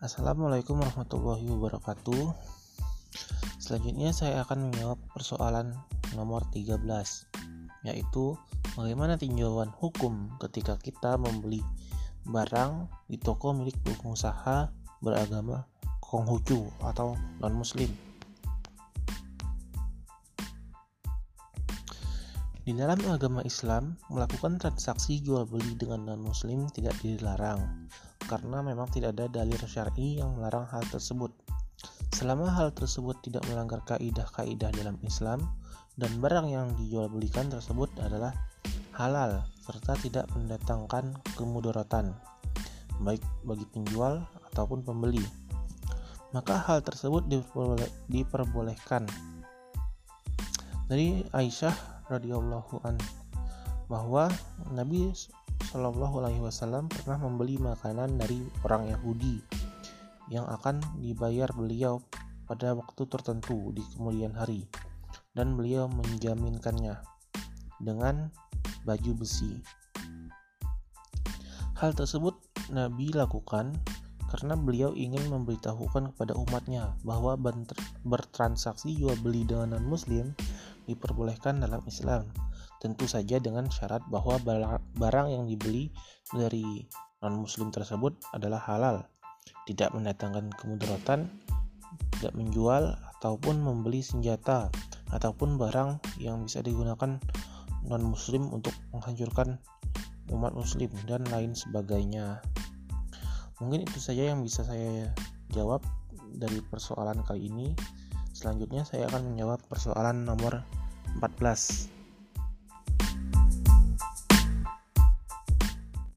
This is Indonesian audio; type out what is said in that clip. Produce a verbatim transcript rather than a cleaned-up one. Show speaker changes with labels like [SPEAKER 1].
[SPEAKER 1] Assalamualaikum warahmatullahi wabarakatuh. Selanjutnya saya akan menjawab persoalan nomor tiga belas, yaitu bagaimana tinjauan hukum ketika kita membeli barang di toko milik pengusaha beragama Konghucu atau non-muslim. Di dalam agama Islam, melakukan transaksi jual beli dengan non-muslim tidak dilarang, karena memang tidak ada dalil syar'i yang melarang hal tersebut. Selama hal tersebut tidak melanggar kaidah-kaidah dalam Islam dan barang yang dijual belikan tersebut adalah halal serta tidak mendatangkan kemudaratan, baik bagi penjual ataupun pembeli, maka hal tersebut diperboleh, diperbolehkan. Dari Aisyah radhiyallahu an bahwa Nabi Shallallahu alaihi wasallam pernah membeli makanan dari orang Yahudi yang akan dibayar beliau pada waktu tertentu di kemudian hari, dan beliau menjaminkannya dengan baju besi. Hal tersebut Nabi lakukan karena beliau ingin memberitahukan kepada umatnya bahwa bertransaksi jual beli dengan non-muslim diperbolehkan dalam Islam, tentu saja dengan syarat bahwa barang yang dibeli dari non-muslim tersebut adalah halal, tidak mendatangkan kemudaratan, tidak menjual ataupun membeli senjata ataupun barang yang bisa digunakan non-muslim untuk menghancurkan umat muslim dan lain sebagainya. Mungkin itu saja yang bisa saya jawab dari persoalan kali ini. Selanjutnya saya akan menjawab persoalan nomor empat belas.